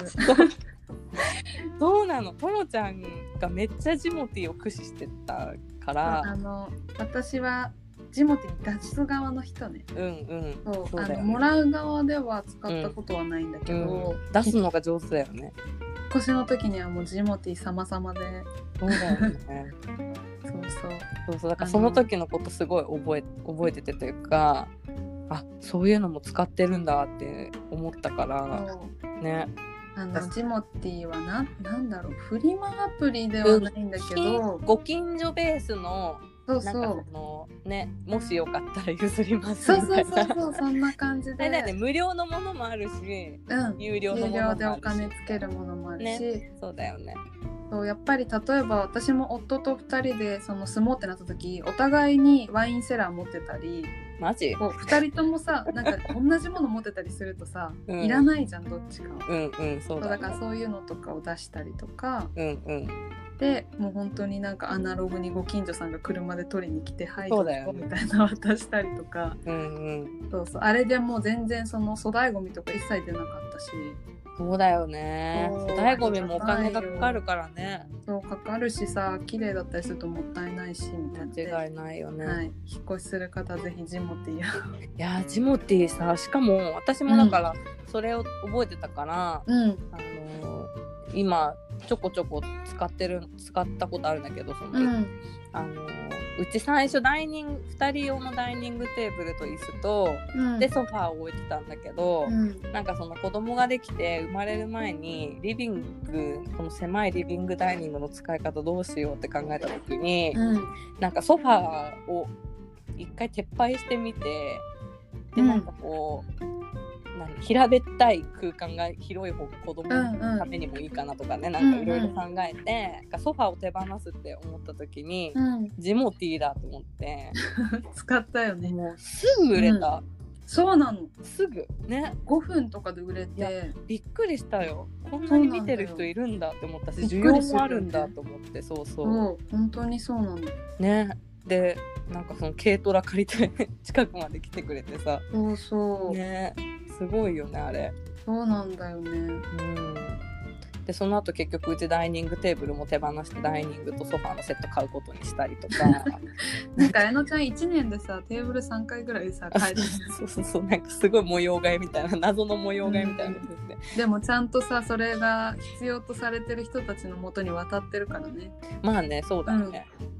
そうなの、ともちゃんがめっちゃジモティーを駆使してたから。 あの私はジモティー出す側の人ね。 うんうん。 そう、 そうだよね、 あのもらう側では使ったことはないんだけど、 うんうん、出すのが上手だよね。 引っ越しの時にはもうジモティー様々で。 そうだよね。 そうそうそうそう、だからその時のことすごい覚え覚えててというか、あ、そういうのも使ってるんだって思ったからね。 あのジモティーはな、なんだろう、フリマアプリではないんだけど、 ご近所ベースの、 そうそう、 なんかそのね、もしよかったら譲りますそうそうみたいな。 そうそう、そんな感じで。 あれだね、無料のものもあるし、 うん、 有料のものもあるし、 有料でお金つけるものもあるし、 ね、そうだよね。 そう、やっぱり例えば私も夫とふたりでその住もうってなった時、お互いにワインセラー持ってたり、 マジ？ こうふたりともさ、なんか同じもの持ってたりするとさ、うん、いらないじゃん、どっちかを。 うんうん、そうだね。 そうだからそういうのとかを出したりとか、 うんうん、 でもう本当になんかアナログにご近所さんが車で取りに来て、はいそうだよね、 みたいな渡したりとか、 うんうん、 そうそう、あれでもう全然その粗大ゴミとか一切出なかったし。 そうだよね。粗大ゴミもお金がかかるからね。 そうかかるしさ、綺麗だったりするともったいないしみたいな。 間違いないよね。 はい、引っ越しする方ぜひジモティー。いやジモティーさ、しかも私もだからそれを覚えてたから、うん、あのー、今ちょこちょこ使ってる使ったことあるんだけど、その、うん、あのーうち最初ダイニングふたり用のダイニングテーブルと椅子と、うん、でソファーを置いてたんだけど、うん、なんかその子供ができて生まれる前にリビング、この狭いリビングダイニングの使い方どうしようって考えた時に、うん、なんかソファーを一回撤廃してみて、でなんかこう、何平べったい空間が広い方が子供のためにもいいかなとかね、うんうん、なんかいろいろ考えて、うんうん、ソファーを手放すって思った時に、うん、ジモティーだと思って使ったよね。 もうすぐ売れた、うん、 そうなの、 すぐね、 ごふんとかで売れて、 びっくりしたよ。こんなに見てる人いるんだって思ったし、需要もあるんだと思って。そうそう、 そう本当にそうなのね。でなんかその軽トラ借りて近くまで来てくれてさ、 そうそうね、すごいよねあれ。 そうなんだよね。 うん。でその後結局うちダイニングテーブルも手放してダイニングとソファーのセット買うことにしたりとかなんかあやのちゃんいちねんでさテーブルさんかいぐらいさ変えてそうそうそう、なんかすごい模様替えみたいな、謎の模様替えみたいなやつですね、 うん、でもちゃんとさそれが必要とされてる人たちの元に渡ってるからね。 まあね、そうだよね、うん、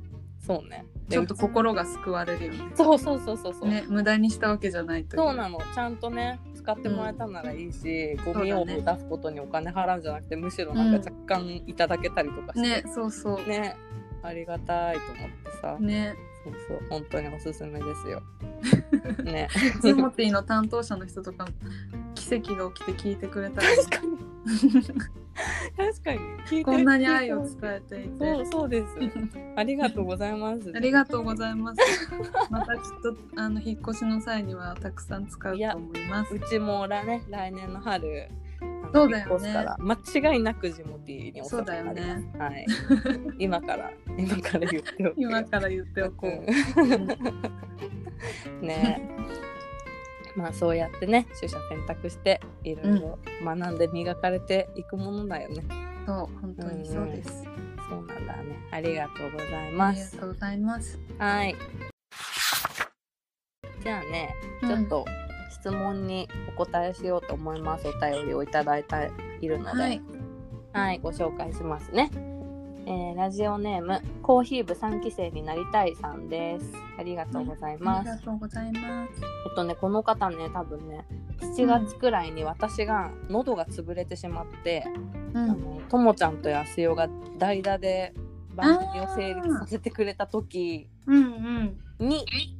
そうね、 ちょっと心が救われるよね。 そうそうそうそうそう、 ね、無駄にしたわけじゃないという。 そうなの、ちゃんとね使ってもらえたならいいし、うん、ゴミを出すことにお金払うんじゃなくて、むしろなんか若干いただけたりとかして、うん、 ね、そうそうね、ありがたいと思ってさ、 ね、 そうそう本当におすすめですよね。 ジモティーの担当者の人とか奇跡が起きて聞いてくれたら、ね、 確かに確かに聞いてこんなに愛を伝えていて、 そうそうですありがとうございます、 ありがとうございますまたきっとあの引っ越しの際にはたくさん使うと思います。 うちもらね来年の春そうだよね、 間違いなくジモティーにお世話になります。 そうだよね、 はい、今から今から言っておく今から言っておこうね。まあそうやってね取捨選択していろいろ学んで磨かれていくものだよね、 うん、そう本当にそうです、 うん、そうなんだね。ありがとうございます。 ありがとうございます。 はい、じゃあね、うん、ちょっと質問にお答えしようと思います。お便りをいただいているので、はい、はい、ご紹介しますね。えー、ラジオネームコーヒー部さんきせいになりたいさんです。ありがとうございます。 ありがとうございます。 えっとねこの方ね多分ねしちがつくらいに私が喉が潰れてしまって、うん、あのともちゃんとやすよが代打で番組を成立させてくれた時に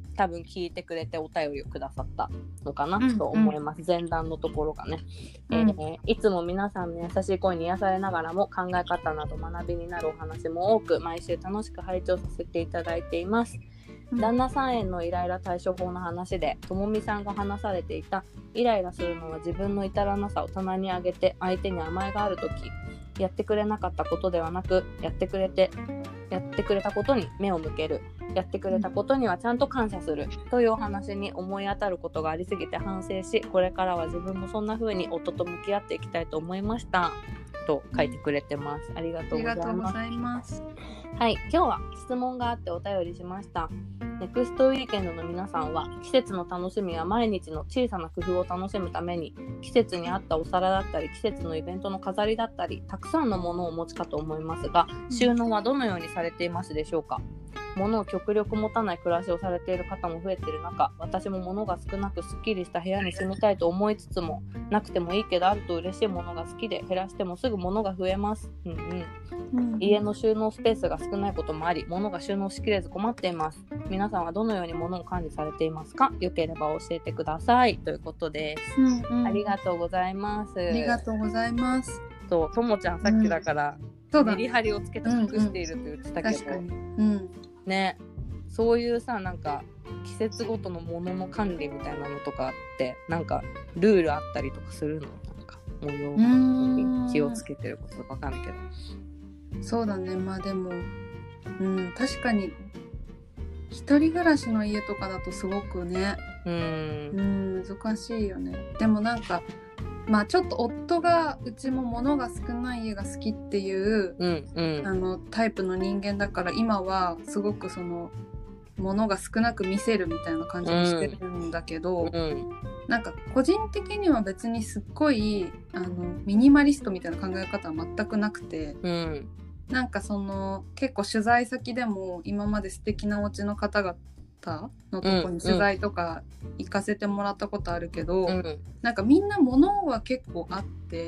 多分聞いてくれてお便りをくださったのかな、 うん、 と思います。前段のところがね、 うんえー、いつも皆さんの優しい声に癒されながらも考え方など学びになるお話も多く毎週楽しく拝聴させていただいています。 うん、 旦那さんへのイライラ対処法の話でともみさんが話されていたイライラするのは自分の至らなさを棚に上げて相手に甘えがあるとき、やってくれなかったことではなくやってくれてやってくれたことに目を向ける、やってくれたことにはちゃんと感謝するというお話に思い当たることがありすぎて反省し、これからは自分もそんな風に夫と向き合っていきたいと思いましたと書いてくれてます。ありがとうございます。 ありがとうございます。 はい、今日は質問があってお便りしました。ネクストウィーケンドの皆さんは季節の楽しみや毎日の小さな工夫を楽しむために季節に合ったお皿だったり季節のイベントの飾りだったりたくさんのものをお持ちかと思いますが、収納はどのようにされていますでしょうか。物を極力持たない暮らしをされている方も増えている中、私も物が少なくすっきりした部屋に住みたいと思いつつも、なくてもいいけどあると嬉しいものが好きで減らしてもすぐ物が増えます、うんうんうん、家の収納スペースが少ないこともあり物が収納しきれず困っています。皆さんはどのように物を管理されていますか。よければ教えてくださいということです、うんうん、ありがとうございます。 ありがとうございます。 とともちゃんさっきだから、うん、メリハリをつけて隠していると言ってたけど、 うんうん、確かに、うんね、そういうさ、なんか季節ごとのものの管理みたいなのとかあってなんかルールあったりとかするの。なんか模様に気をつけてることとかわかんないけど。 そうだね。まあでも、うん、確かに一人暮らしの家とかだとすごくね、うん、うん、難しいよね。でもなんかまあちょっと夫がうちも物が少ない家が好きっていう、うんうん、あのタイプの人間だから今はすごくその物が少なく見せるみたいな感じにしてるんだけど、うんうん、なんか個人的には別にすっごいあのミニマリストみたいな考え方は全くなくて、うん、なんかその結構取材先でも今まで素敵なお家の方々のとこに取材とか行かせてもらったことあるけど、うん、なんかみんな物は結構あって、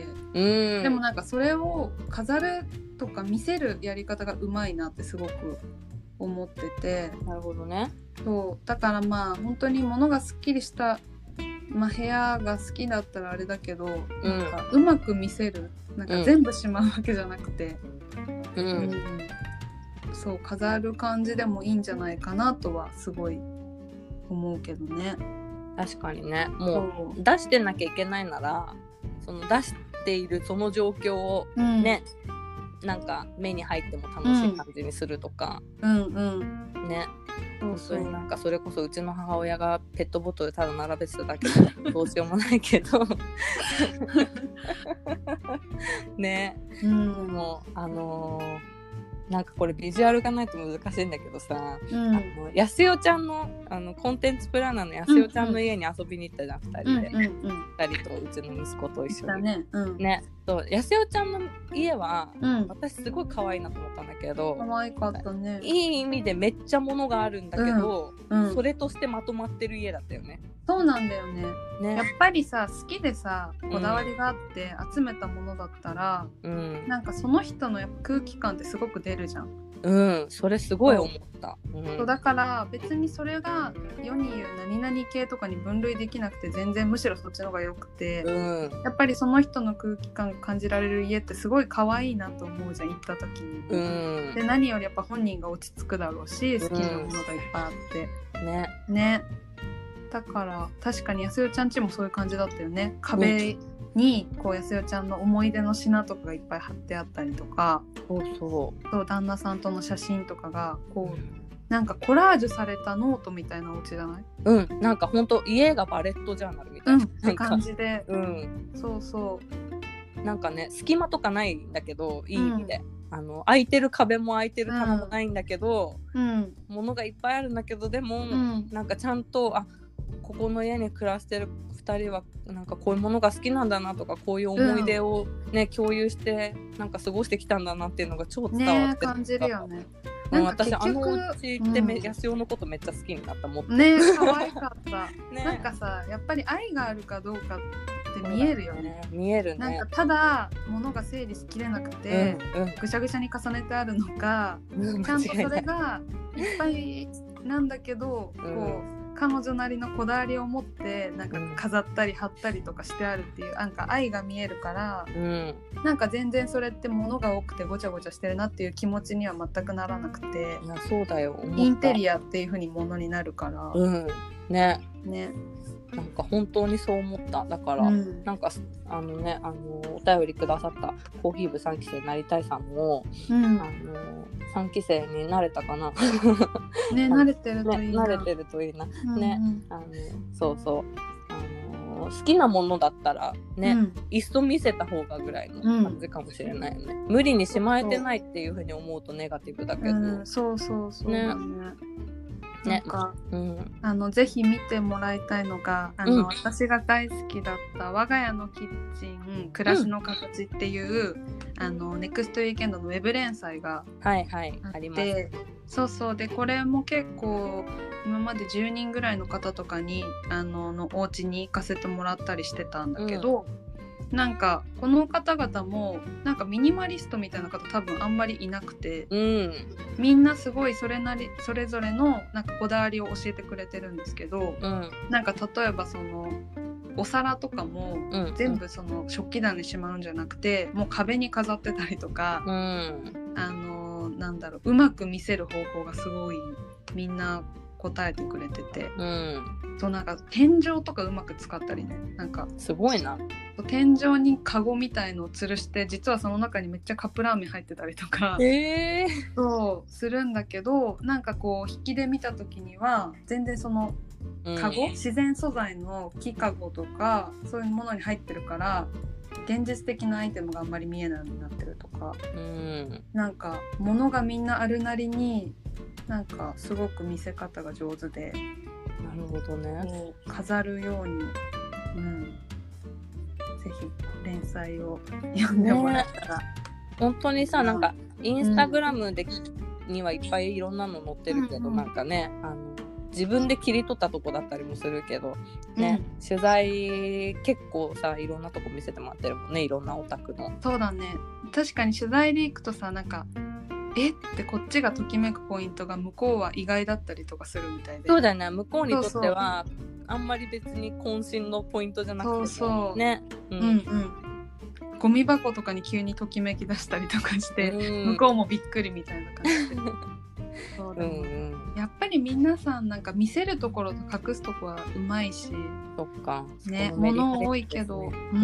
うん、でもなんかそれを飾るとか見せるやり方がうまいなってすごく思ってて。 なるほどね。 そうだからまあ本当に物がすっきりした、まあ、部屋が好きだったらあれだけど、うん、なんかうまく見せる、なんか全部しまうわけじゃなくて、うんうん、そう飾る感じでもいいんじゃないかなとはすごい思うけどね。 確かにね。もう出してなきゃいけないならその出しているその状況をね、うん、なんか目に入っても楽しい感じにするとか、うんうんうん、ね。そうそう、なんかそれこそうちの母親がペットボトルただ並べてただけでどうしようもないけどね、うん、でもあのーなんかこれビジュアルがないと難しいんだけどさ、うん、あのやすよちゃん の, あのコンテンツプランナーのやすよちゃんの家に遊びに行ったじゃん、うんうん、ふたりで、うんうんうん、ふたりとうちの息子と一緒に、ねうん、ね、そうやすよちゃんの家は、うん、私すごい可愛いなと思ったんだけど、 可愛かったね。 いい意味でめっちゃ物があるんだけど、うんうん、それとしてまとまってる家だったよね。 そうなんだよ ね, ねやっぱりさ好きでさこだわりがあって集めたものだったら、うん、なんかその人のやっぱ空気感ってすごく出るじゃん。 うん、それすごい思った、うん、 そうだから別にそれが世に言う何々系とかに分類できなくて全然むしろそっちの方が良くて、うん、やっぱりその人の空気感感じられる家ってすごい可愛いなと思うじゃん行った時に、うん、で何よりやっぱ本人が落ち着くだろうし好きなものがいっぱいあって、うん、ねねだから確かにやすよちゃんちもそういう感じだったよね。壁にこうやすよちゃんの思い出の品とかがいっぱい貼ってあったりとか、 そうそうそう旦那さんとの写真とかがこうなんかコラージュされたノートみたいなお家じゃない？ うん、なんかほんと家がバレットジャーナルみたいな、 うん、感じで、うん、そうそうなんかね隙間とかないんだけどいい意味で、うん、あの空いてる壁も空いてる棚もないんだけど、うん、物がいっぱいあるんだけどでも、うん、なんかちゃんとあここの家に暮らしてるふたりはなんかこういうものが好きなんだなとかこういう思い出を、ねうん、共有してなんか過ごしてきたんだなっていうのが超伝わって、 ね、感じるよね。 なんか私あのお家行ってめ、うん、やすよのことめっちゃ好きになったもんね。可愛かった、ね、なんかさやっぱり愛があるかどうかって見えるよね。ね見えるね。 なんかただ物が整理しきれなくて、うんうん、ぐしゃぐしゃに重ねてあるのか、うん、ちゃんとそれがいっぱいなんだけど、うん、こう彼女なりのこだわりを持ってなんか飾ったり貼ったりとかしてあるっていうなんか愛が見えるから、 うん、 なんか全然それって物が多くてごちゃごちゃしてるなっていう気持ちには全くならなくて、 いやそうだよ、 インテリアっていう風にものになるから、 うん、ねね、なんか本当にそう思った。だから、うん、なんかあのねあのお便りくださったコーヒー部さんき生になりたいさんも、うん、あのさんき生になれたかなね慣れてるといいな、 ね、慣れてるといいな、うんうん、ねあのそうそうあの好きなものだったらね、うん、いっそ見せた方がぐらいの感じかもしれないよね、うん、無理にしまえてないっていう風に思うとネガティブだけど、うん、 そうそうそうねなんか、ねうん、あのぜひ見てもらいたいのがあの、うん、私が大好きだった我が家のキッチン暮らしの形っていう、うん、あのネクストウィーケンドのウェブ連載があって、はいはい、あります。そうそうでこれも結構今までじゅうにんぐらいの方とかにあののお家に行かせてもらったりしてたんだけど、うん、なんかこの方々もなんかミニマリストみたいな方多分あんまりいなくて、うん、みんなすごいそれなりそれぞれのなんかこだわりを教えてくれてるんですけど、うん、なんか例えばそのお皿とかも全部その食器棚にしまうんじゃなくて、うん、もう壁に飾ってたりとか、うん、あのなんだろううまく見せる方法がすごいみんな答えてくれてて、うん、そうなんか天井とかうまく使ったりねなんかすごいな天井にカゴみたいのを吊るして実はその中にめっちゃカップラーメン入ってたりとか、えー、そうするんだけどなんかこう引きで見た時には全然そのカゴ、うん、自然素材の木カゴとかそういうものに入ってるから現実的なアイテムがあんまり見えないようになってるとか、うん、なんか物がみんなあるなりになんかすごく見せ方が上手で、 なるほどね、 飾るように、うん、ぜひ連載を読んでもらったら、ね、 本当にさなんかインスタグラムで、うん、にはいっぱいいろんなの載ってるけど、うん、なんかねあの自分で切り取ったとこだったりもするけどね、うん、取材結構さいろんなとこ見せてもらってるもんねいろんなお宅の。 そうだね確かに取材で行くとさなんかえってこっちがときめくポイントが向こうは意外だったりとかするみたいで。 そうだよね向こうにとってはあんまり別に渾身のポイントじゃなくてもそうそうね、うん、うんうんゴミ箱とかに急にときめき出したりとかして、うん、向こうもびっくりみたいな感じでそうだね、うんうん、やっぱり皆さんなんか見せるところと隠すところはうまいしそっかね物多いけど、ねうん、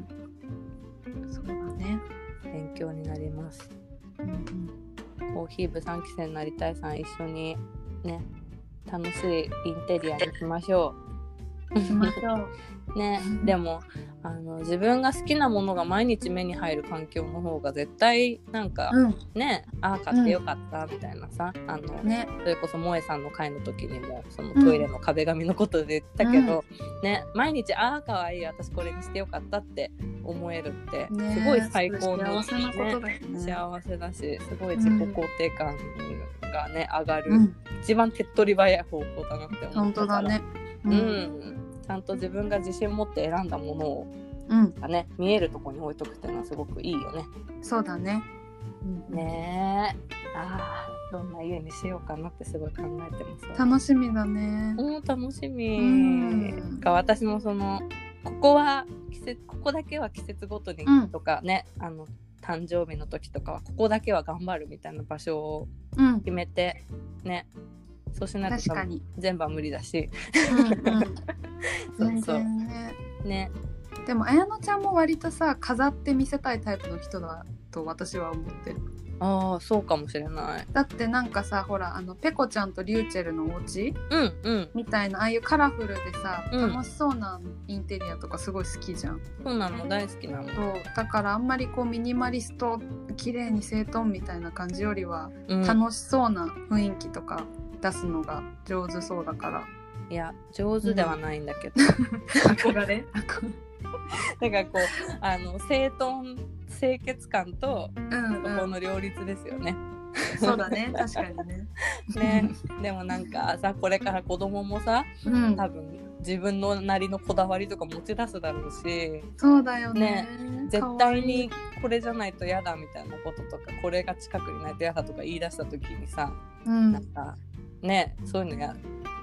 そうだね勉強になります、うんうん、コーヒー部さんき生になりたいさん一緒にね楽しいインテリアにしましょうしましょうねでもあの自分が好きなものが毎日目に入る環境の方が絶対なんか、うん、ねああ買ってよかったみたいなさ、うん、あのね、それこそ萌えさんの回の時にもそのトイレの壁紙のことで言ったけど、うん、ね毎日ああかわいい私これにしてよかったって思えるって、ね、すごい最高の、 幸せなことだよね、 幸せだしすごい自己肯定感がね上がる、うん、一番手っ取り早い方法だなって思ったから本当だねうん、うんちゃんと自分が自信持って選んだものを、うんがね、見えるところに置いとくっていうのはすごくいいよね。 そうだね。 うん、ねえ、ああ、どんな家にしようかなってすごい考えてます。 楽しみだね。 うん、楽しみ。うんが私もそのここは季節ここだけは季節ごとにとかね、うん、あの誕生日の時とかはここだけは頑張るみたいな場所を決めて、うん、ね。そうしないと全部は無理だし、 うんうん、そうそう全然ね。ねでも綾乃ちゃんも割とさ飾って見せたいタイプの人だと私は思ってる。 ああそうかもしれない。 だってなんかさほらあのペコちゃんとリューチェルのお家、うんうん、みたいなああいうカラフルでさ、うん、楽しそうなインテリアとかすごい好きじゃん。 そうなの大好きなの。 そうだからあんまりこうミニマリスト綺麗に整頓みたいな感じよりは、うん、楽しそうな雰囲気とか出すのが上手そうだから。 いや上手ではないんだけど、 うん、憧れだからこうあの整頓清潔感と、うんうん、そこの両立ですよね。 そうだね確かにねねでもなんかさこれから子供もさ、うん、多分自分のなりのこだわりとか持ち出すだろうしそうだよ ね, ね絶対にこれじゃないと嫌だみたいなこととかこれが近くにないと嫌だとか言い出した時にさ、うん、なんかねそういうのや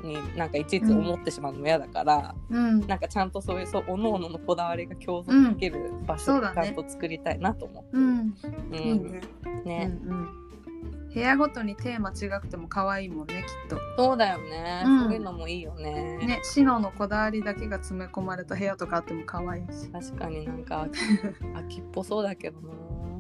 になんかいちいち思ってしまうのも嫌だから、 うん、 なんかちゃんとそういうそうおのおののこだわりが共存できる場所をちゃんと作りたいなと思って、 うんうん、 いいね。 ね、 うんうん、部屋ごとにテーマ違くても可愛いもんね、きっと。 そうだよね、うん、そういうのもいいよね。 ね、シノのこだわりだけが詰め込まれた部屋とかあっても可愛いし。 確かになんか秋っぽそうだけどな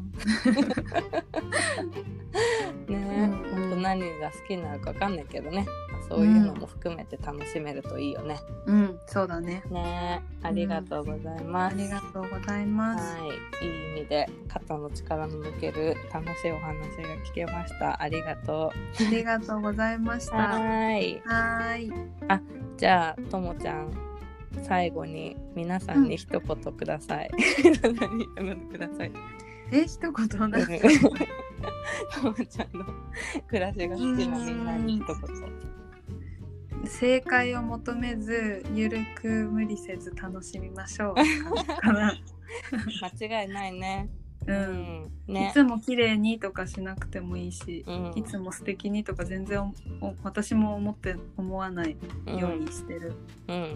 ね、うん、ほんと何が好きになるか分かんないけどね、そういうのも含めて楽しめるといいよね。 うん、うん、そうだね。 ね、ありがとうございます、 うん、ありがとうございます。 はい、いい意味で肩の力の抜ける楽しいお話が聞けました。ありがとう。 ありがとうございました。 はい。 はい。 あ、じゃあともちゃん、最後に皆さんに一言ください。うん、何にください。 え、一言な。 ともちゃんの暮らしが好きなみんなに一言。 正解を求めず、ゆるく無理せず楽しみましょうかな。 間違いないね。 うん、うん、ね、いつも綺麗にとかしなくてもいいし、うん、いつも素敵にとか全然私も思って思わないようにしてる。 うんうん、うん、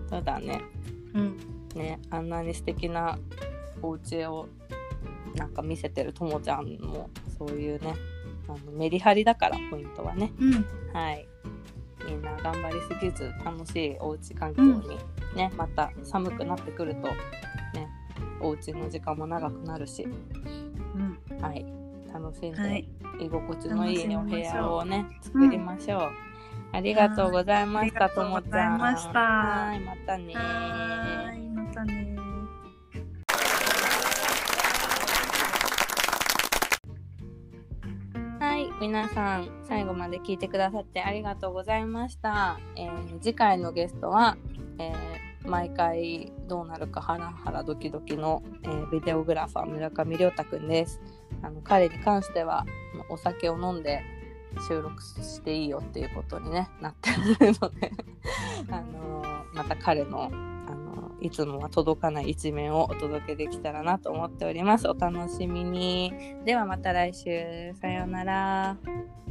そうだね。うん、ね、あんなに素敵なお家をなんか見せてるともちゃんもそういうね、あのメリハリだからポイントはね。うん、はい。みんな頑張りすぎず楽しいおうち環境にね、うん、また寒くなってくるとね、おうちの時間も長くなるし、うん、はい、楽しんで、はい、居心地のいいお部屋をね作りましょう。うん、ありがとうございました、ともちゃん。はい、またね。 はい、またね。 はい、皆さん最後まで聞いてくださってありがとうございました。えー、次回のゲストは、えー、毎回どうなるかハラハラドキドキの、えー、ビデオグラファー村上亮太くんです。あの彼に関してはお酒を飲んで収録していいよっていうことに、ね、なってるのであのー、また彼のいつもは届かない一面をお届けできたらなと思っております。お楽しみに。ではまた来週。さようなら。